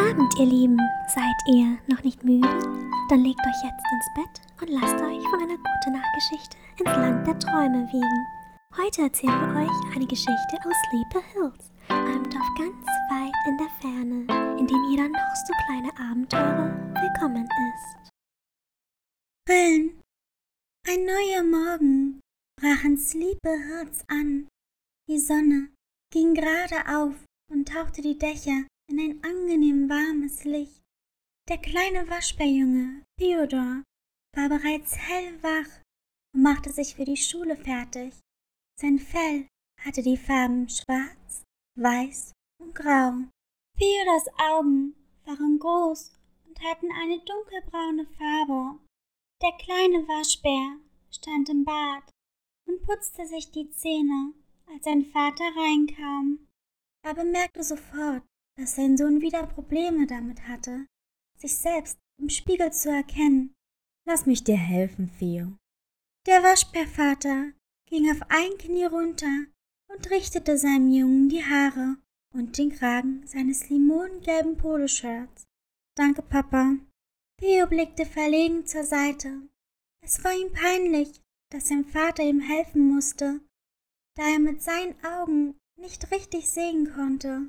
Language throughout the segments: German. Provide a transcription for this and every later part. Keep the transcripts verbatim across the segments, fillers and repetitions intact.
Abend, ihr Lieben. Seid ihr noch nicht müde? Dann legt euch jetzt ins Bett und lasst euch von einer Gute-Nacht-Geschichte ins Land der Träume wiegen. Heute erzählen wir euch eine Geschichte aus Sleepy Hills, einem Dorf ganz weit in der Ferne, in dem jeder noch so kleine Abenteurer willkommen ist. Brillen. Ein neuer Morgen brach in Sleepy Hills an. Die Sonne ging gerade auf und tauchte die Dächer in ein angenehm warmes Licht. Der kleine Waschbärjunge Theodor war bereits hellwach und machte sich für die Schule fertig. Sein Fell hatte die Farben schwarz, weiß und grau. Theodors Augen waren groß und hatten eine dunkelbraune Farbe. Der kleine Waschbär stand im Bad und putzte sich die Zähne, als sein Vater reinkam. Er bemerkte sofort, dass sein Sohn wieder Probleme damit hatte, sich selbst im Spiegel zu erkennen. Lass mich dir helfen, Theo. Der Waschbärvater ging auf ein Knie runter und richtete seinem Jungen die Haare und den Kragen seines limonengelben Poloshirts. Danke, Papa. Theo blickte verlegen zur Seite. Es war ihm peinlich, dass sein Vater ihm helfen musste, da er mit seinen Augen nicht richtig sehen konnte.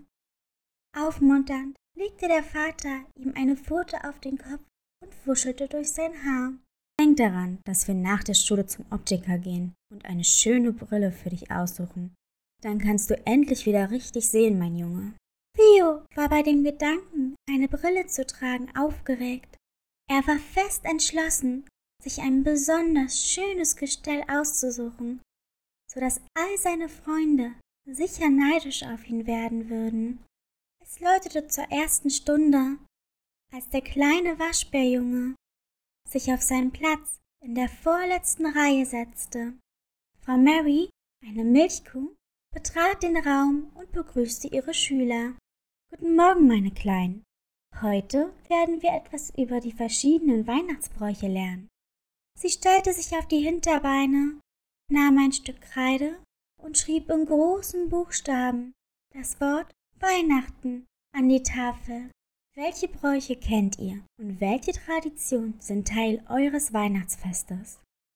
Aufmunternd legte der Vater ihm eine Pfote auf den Kopf und wuschelte durch sein Haar. Denk daran, dass wir nach der Schule zum Optiker gehen und eine schöne Brille für dich aussuchen. Dann kannst du endlich wieder richtig sehen, mein Junge. Theo war bei dem Gedanken, eine Brille zu tragen, aufgeregt. Er war fest entschlossen, sich ein besonders schönes Gestell auszusuchen, sodass all seine Freunde sicher neidisch auf ihn werden würden. Es läutete zur ersten Stunde, als der kleine Waschbärjunge sich auf seinen Platz in der vorletzten Reihe setzte. Frau Mary, eine Milchkuh, betrat den Raum und begrüßte ihre Schüler. Guten Morgen, meine Kleinen. Heute werden wir etwas über die verschiedenen Weihnachtsbräuche lernen. Sie stellte sich auf die Hinterbeine, nahm ein Stück Kreide und schrieb in großen Buchstaben das Wort Weihnachten an die Tafel. Welche Bräuche kennt ihr und welche Traditionen sind Teil eures Weihnachtsfestes?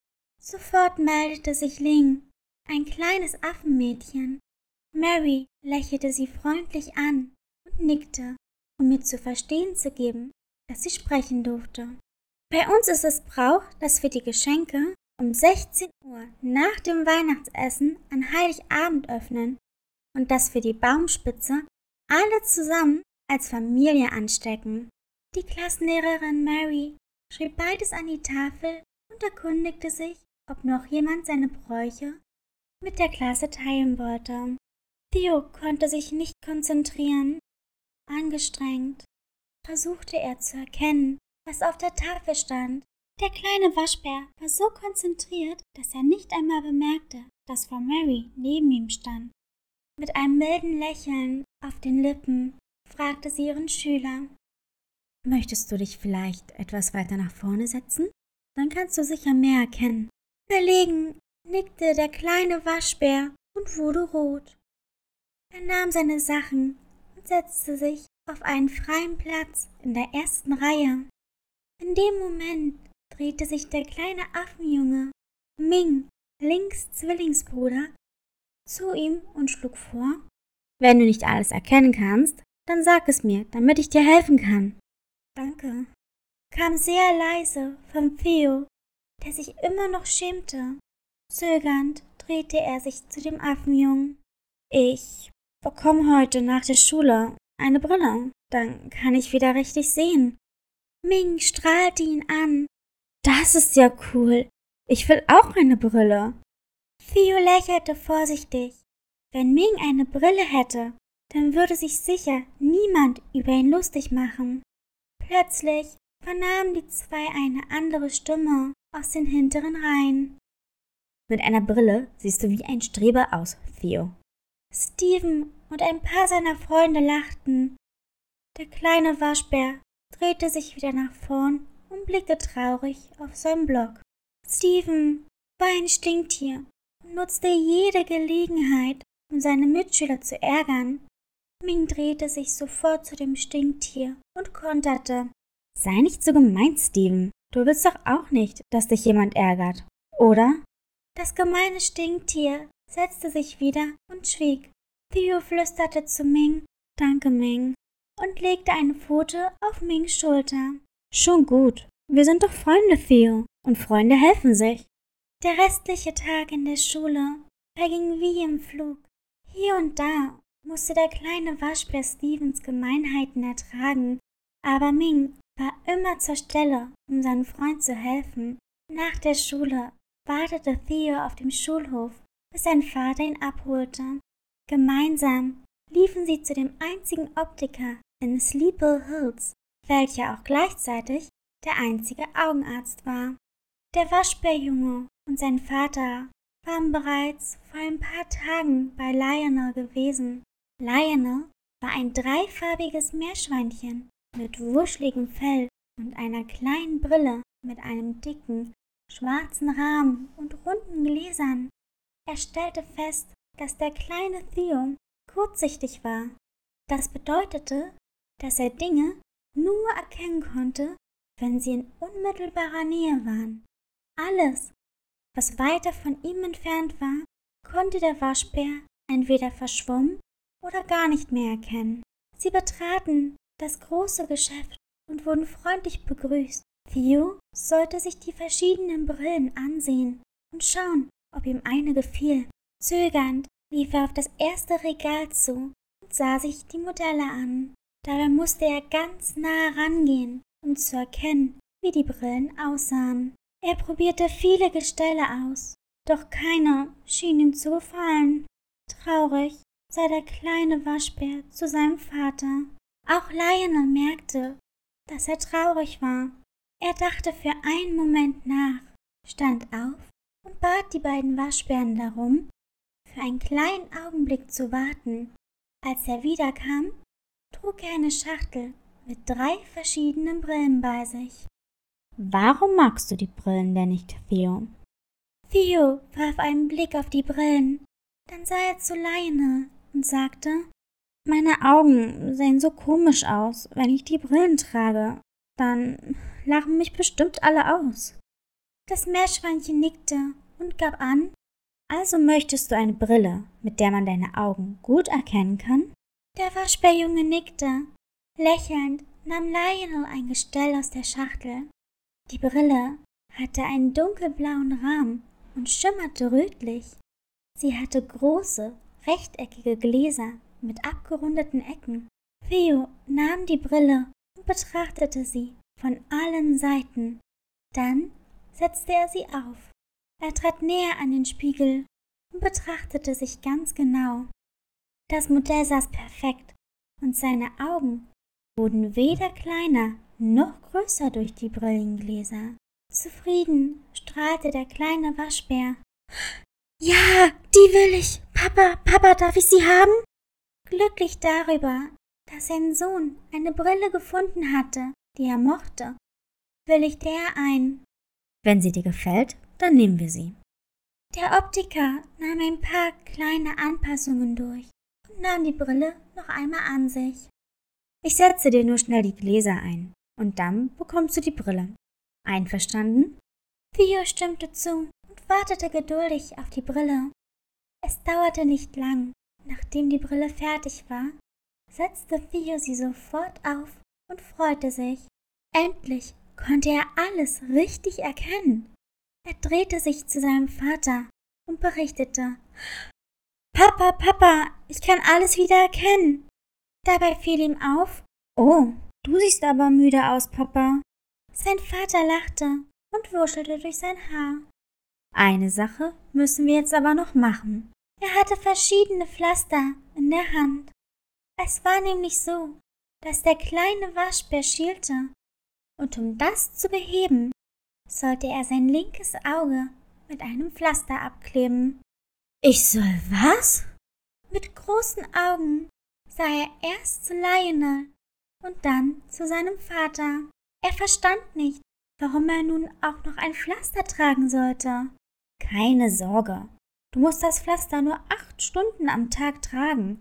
Sofort meldete sich Ling, ein kleines Affenmädchen. Mary lächelte sie freundlich an und nickte, um mir zu verstehen zu geben, dass sie sprechen durfte. Bei uns ist es Brauch, dass wir die Geschenke um sechzehn Uhr nach dem Weihnachtsessen an Heiligabend öffnen und dass wir die Baumspitze alle zusammen als Familie anstecken. Die Klassenlehrerin Mary schrieb beides an die Tafel und erkundigte sich, ob noch jemand seine Bräuche mit der Klasse teilen wollte. Theo konnte sich nicht konzentrieren. Angestrengt versuchte er zu erkennen, was auf der Tafel stand. Der kleine Waschbär war so konzentriert, dass er nicht einmal bemerkte, dass Frau Mary neben ihm stand. Mit einem milden Lächeln auf den Lippen fragte sie ihren Schüler: Möchtest du dich vielleicht etwas weiter nach vorne setzen? Dann kannst du sicher mehr erkennen. Verlegen nickte der kleine Waschbär und wurde rot. Er nahm seine Sachen und setzte sich auf einen freien Platz in der ersten Reihe. In dem Moment drehte sich der kleine Affenjunge Ming, Lings Zwillingsbruder, zu ihm und schlug vor: Wenn du nicht alles erkennen kannst, dann sag es mir, damit ich dir helfen kann. Danke, kam sehr leise von Theo, der sich immer noch schämte. Zögernd drehte er sich zu dem Affenjungen. Ich bekomme heute nach der Schule eine Brille, dann kann ich wieder richtig sehen. Ming strahlte ihn an. Das ist ja cool. Ich will auch eine Brille. Theo lächelte vorsichtig. Wenn Ming eine Brille hätte, dann würde sich sicher niemand über ihn lustig machen. Plötzlich vernahmen die zwei eine andere Stimme aus den hinteren Reihen. Mit einer Brille siehst du wie ein Streber aus, Theo. Steven und ein paar seiner Freunde lachten. Der kleine Waschbär drehte sich wieder nach vorn und blickte traurig auf seinen Block. Steven war ein Stinktier und nutzte jede Gelegenheit, um seine Mitschüler zu ärgern. Ming drehte sich sofort zu dem Stinktier und konterte. Sei nicht so gemein, Steven. Du willst doch auch nicht, dass dich jemand ärgert, oder? Das gemeine Stinktier setzte sich wieder und schwieg. Theo flüsterte zu Ming, »Danke, Ming«, und legte eine Pfote auf Mings Schulter. Schon gut. Wir sind doch Freunde, Theo, und Freunde helfen sich. Der restliche Tag in der Schule verging wie im Flug. Hier und da musste der kleine Waschbär Stevens Gemeinheiten ertragen, aber Ming war immer zur Stelle, um seinem Freund zu helfen. Nach der Schule wartete Theo auf dem Schulhof, bis sein Vater ihn abholte. Gemeinsam liefen sie zu dem einzigen Optiker in Sleepy Hills, welcher auch gleichzeitig der einzige Augenarzt war. Der Waschbärjunge und sein Vater waren bereits vor ein paar Tagen bei Lionel gewesen. Lionel war ein dreifarbiges Meerschweinchen mit wuscheligem Fell und einer kleinen Brille mit einem dicken, schwarzen Rahmen und runden Gläsern. Er stellte fest, dass der kleine Theo kurzsichtig war. Das bedeutete, dass er Dinge nur erkennen konnte, wenn sie in unmittelbarer Nähe waren. Alles, was weiter von ihm entfernt war, konnte der Waschbär entweder verschwommen oder gar nicht mehr erkennen. Sie betraten das große Geschäft und wurden freundlich begrüßt. Theo sollte sich die verschiedenen Brillen ansehen und schauen, ob ihm eine gefiel. Zögernd lief er auf das erste Regal zu und sah sich die Modelle an. Dabei musste er ganz nah rangehen, um zu erkennen, wie die Brillen aussahen. Er probierte viele Gestelle aus, doch keiner schien ihm zu gefallen. Traurig sah der kleine Waschbär zu seinem Vater. Auch Lionel merkte, dass er traurig war. Er dachte für einen Moment nach, stand auf und bat die beiden Waschbären darum, für einen kleinen Augenblick zu warten. Als er wiederkam, trug er eine Schachtel mit drei verschiedenen Brillen bei sich. Warum magst du die Brillen denn nicht, Theo? Theo warf einen Blick auf die Brillen. Dann sah er zu Lionel und sagte, meine Augen sehen so komisch aus, wenn ich die Brillen trage. Dann lachen mich bestimmt alle aus. Das Meerschweinchen nickte und gab an, also möchtest du eine Brille, mit der man deine Augen gut erkennen kann? Der Waschbärjunge nickte. Lächelnd nahm Lionel ein Gestell aus der Schachtel. Die Brille hatte einen dunkelblauen Rahmen und schimmerte rötlich. Sie hatte große, rechteckige Gläser mit abgerundeten Ecken. Theo nahm die Brille und betrachtete sie von allen Seiten. Dann setzte er sie auf. Er trat näher an den Spiegel und betrachtete sich ganz genau. Das Modell saß perfekt und seine Augen wurden weder kleiner noch größer durch die Brillengläser. Zufrieden strahlte der kleine Waschbär. Ja, die will ich. Papa, Papa, darf ich sie haben? Glücklich darüber, dass sein Sohn eine Brille gefunden hatte, die er mochte, willigte er ein. Wenn sie dir gefällt, dann nehmen wir sie. Der Optiker nahm ein paar kleine Anpassungen durch und nahm die Brille noch einmal an sich. Ich setze dir nur schnell die Gläser ein und dann bekommst du die Brille. Einverstanden? Theo stimmte zu und wartete geduldig auf die Brille. Es dauerte nicht lang. Nachdem die Brille fertig war, setzte Theo sie sofort auf und freute sich. Endlich konnte er alles richtig erkennen. Er drehte sich zu seinem Vater und berichtete: Papa, Papa, ich kann alles wieder erkennen. Dabei fiel ihm auf: Oh, du siehst aber müde aus, Papa. Sein Vater lachte und wuschelte durch sein Haar. Eine Sache müssen wir jetzt aber noch machen. Er hatte verschiedene Pflaster in der Hand. Es war nämlich so, dass der kleine Waschbär schielte, und um das zu beheben, sollte er sein linkes Auge mit einem Pflaster abkleben. Ich soll was? Mit großen Augen sah er erst zu Lionel und dann zu seinem Vater. Er verstand nicht, warum er nun auch noch ein Pflaster tragen sollte. Keine Sorge, du musst das Pflaster nur acht Stunden am Tag tragen.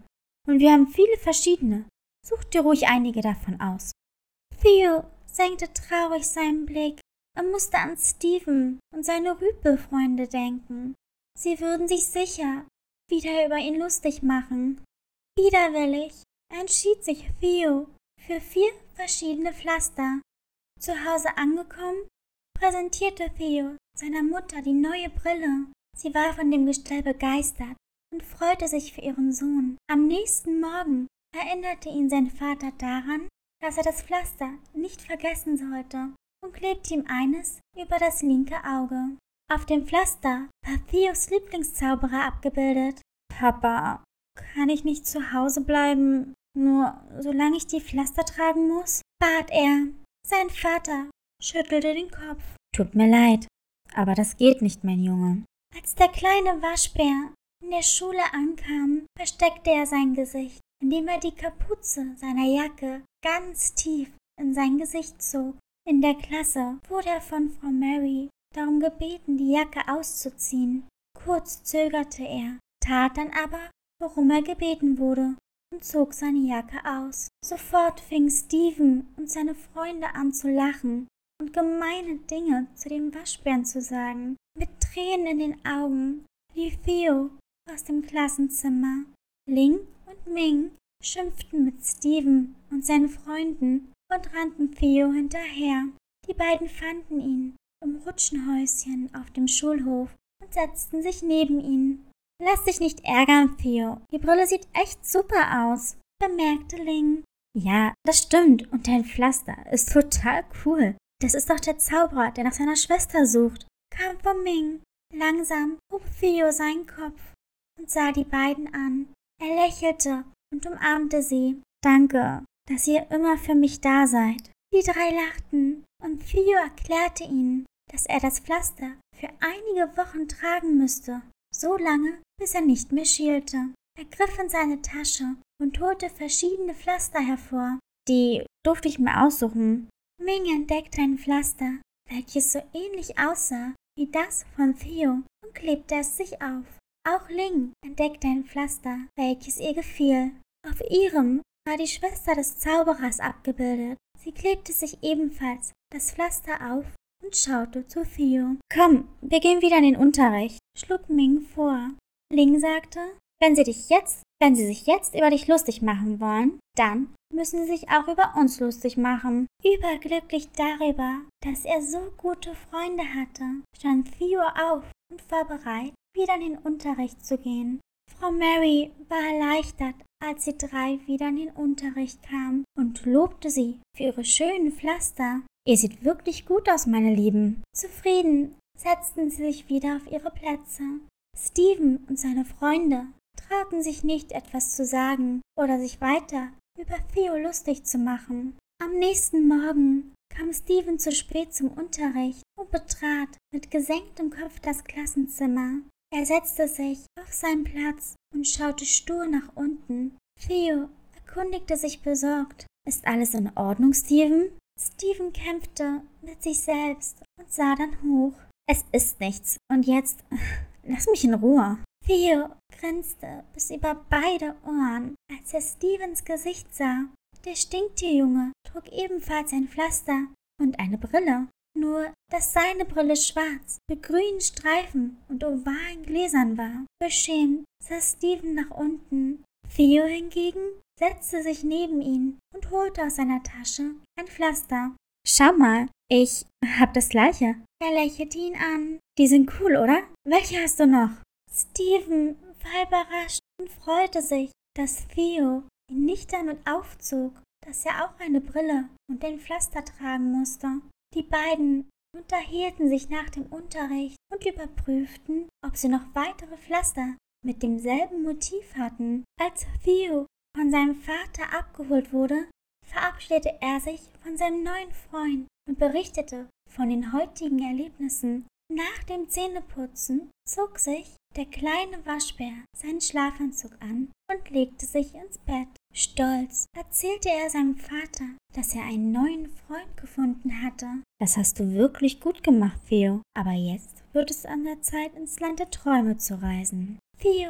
Und wir haben viele verschiedene. Such dir ruhig einige davon aus. Theo senkte traurig seinen Blick und musste an Steven und seine Rüpelfreunde denken. Sie würden sich sicher wieder über ihn lustig machen. Widerwillig entschied sich Theo für vier verschiedene Pflaster. Zu Hause angekommen, präsentierte Theo seiner Mutter die neue Brille. Sie war von dem Gestell begeistert und freute sich für ihren Sohn. Am nächsten Morgen erinnerte ihn sein Vater daran, dass er das Pflaster nicht vergessen sollte und klebte ihm eines über das linke Auge. Auf dem Pflaster war Theos Lieblingszauberer abgebildet. »Papa, kann ich nicht zu Hause bleiben, nur solange ich die Pflaster tragen muss?« bat er. Sein Vater schüttelte den Kopf. »Tut mir leid, aber das geht nicht, mein Junge.« Als der kleine Waschbär in der Schule ankam, versteckte er sein Gesicht, indem er die Kapuze seiner Jacke ganz tief in sein Gesicht zog. In der Klasse wurde er von Frau Mary darum gebeten, die Jacke auszuziehen. Kurz zögerte er, tat dann aber, worum er gebeten wurde, und zog seine Jacke aus. Sofort fing Steven und seine Freunde an zu lachen und gemeine Dinge zu dem Waschbären zu sagen. Mit Tränen in den Augen lief Theo aus dem Klassenzimmer. Ling und Ming schimpften mit Steven und seinen Freunden und rannten Theo hinterher. Die beiden fanden ihn im Rutschenhäuschen auf dem Schulhof und setzten sich neben ihn. »Lass dich nicht ärgern, Theo. Die Brille sieht echt super aus«, bemerkte Ling. »Ja, das stimmt. Und dein Pflaster ist total cool. Das ist doch der Zauberer, der nach seiner Schwester sucht«, kam von Ming. Langsam hob Theo seinen Kopf und sah die beiden an. Er lächelte und umarmte sie. »Danke, dass ihr immer für mich da seid.« Die drei lachten und Theo erklärte ihnen, dass er das Pflaster für einige Wochen tragen müsste, so lange, bis er nicht mehr schielte. Er griff in seine Tasche und holte verschiedene Pflaster hervor. »Die durfte ich mir aussuchen.« Ming entdeckte ein Pflaster, welches so ähnlich aussah wie das von Theo, und klebte es sich auf. Auch Ling entdeckte ein Pflaster, welches ihr gefiel. Auf ihrem war die Schwester des Zauberers abgebildet. Sie klebte sich ebenfalls das Pflaster auf und schaute zu Theo. »Komm, wir gehen wieder in den Unterricht«, schlug Ming vor. Ling sagte, wenn sie dich jetzt, wenn sie sich jetzt über dich lustig machen wollen, dann müssen sie sich auch über uns lustig machen. Überglücklich darüber, dass er so gute Freunde hatte, stand Theo auf und war bereit, wieder in den Unterricht zu gehen. Frau Mary war erleichtert, als die drei wieder in den Unterricht kamen, und lobte sie für ihre schönen Pflaster. »Ihr seht wirklich gut aus, meine Lieben.« Zufrieden setzten sie sich wieder auf ihre Plätze. Steven und seine Freunde trauten sich nicht, etwas zu sagen oder sich weiter über Theo lustig zu machen. Am nächsten Morgen kam Steven zu spät zum Unterricht und betrat mit gesenktem Kopf das Klassenzimmer. Er setzte sich auf seinen Platz und schaute stur nach unten. Theo erkundigte sich besorgt. »Ist alles in Ordnung, Steven?« Steven kämpfte mit sich selbst und sah dann hoch. »Es ist nichts. Und jetzt, lass mich in Ruhe.« Theo grinste bis über beide Ohren, als er Stevens Gesicht sah. Der Stinktierjunge trug ebenfalls ein Pflaster und eine Brille. Nur, dass seine Brille schwarz mit grünen Streifen und ovalen Gläsern war. Beschämt sah Steven nach unten. Theo hingegen setzte sich neben ihn und holte aus seiner Tasche ein Pflaster. »Schau mal, ich hab das gleiche.« Er lächelte ihn an. »Die sind cool, oder? Welche hast du noch?« Steven war überrascht und freute sich, dass Theo ihn nicht damit aufzog, dass er auch eine Brille und ein Pflaster tragen musste. Die beiden unterhielten sich nach dem Unterricht und überprüften, ob sie noch weitere Pflaster mit demselben Motiv hatten. Als Theo von seinem Vater abgeholt wurde, verabschiedete er sich von seinem neuen Freund und berichtete von den heutigen Erlebnissen. Nach dem Zähneputzen zog sich der kleine Waschbär seinen Schlafanzug an und legte sich ins Bett. Stolz erzählte er seinem Vater, dass er einen neuen Freund gefunden hatte. »Das hast du wirklich gut gemacht, Theo. Aber jetzt wird es an der Zeit, ins Land der Träume zu reisen.« Theo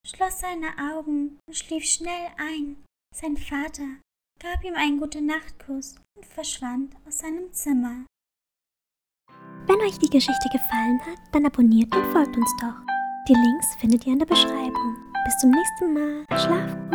schloss seine Augen und schlief schnell ein. Sein Vater gab ihm einen Gute-Nacht-Kuss und verschwand aus seinem Zimmer. Wenn euch die Geschichte gefallen hat, dann abonniert und folgt uns doch. Die Links findet ihr in der Beschreibung. Bis zum nächsten Mal. Schlaf gut.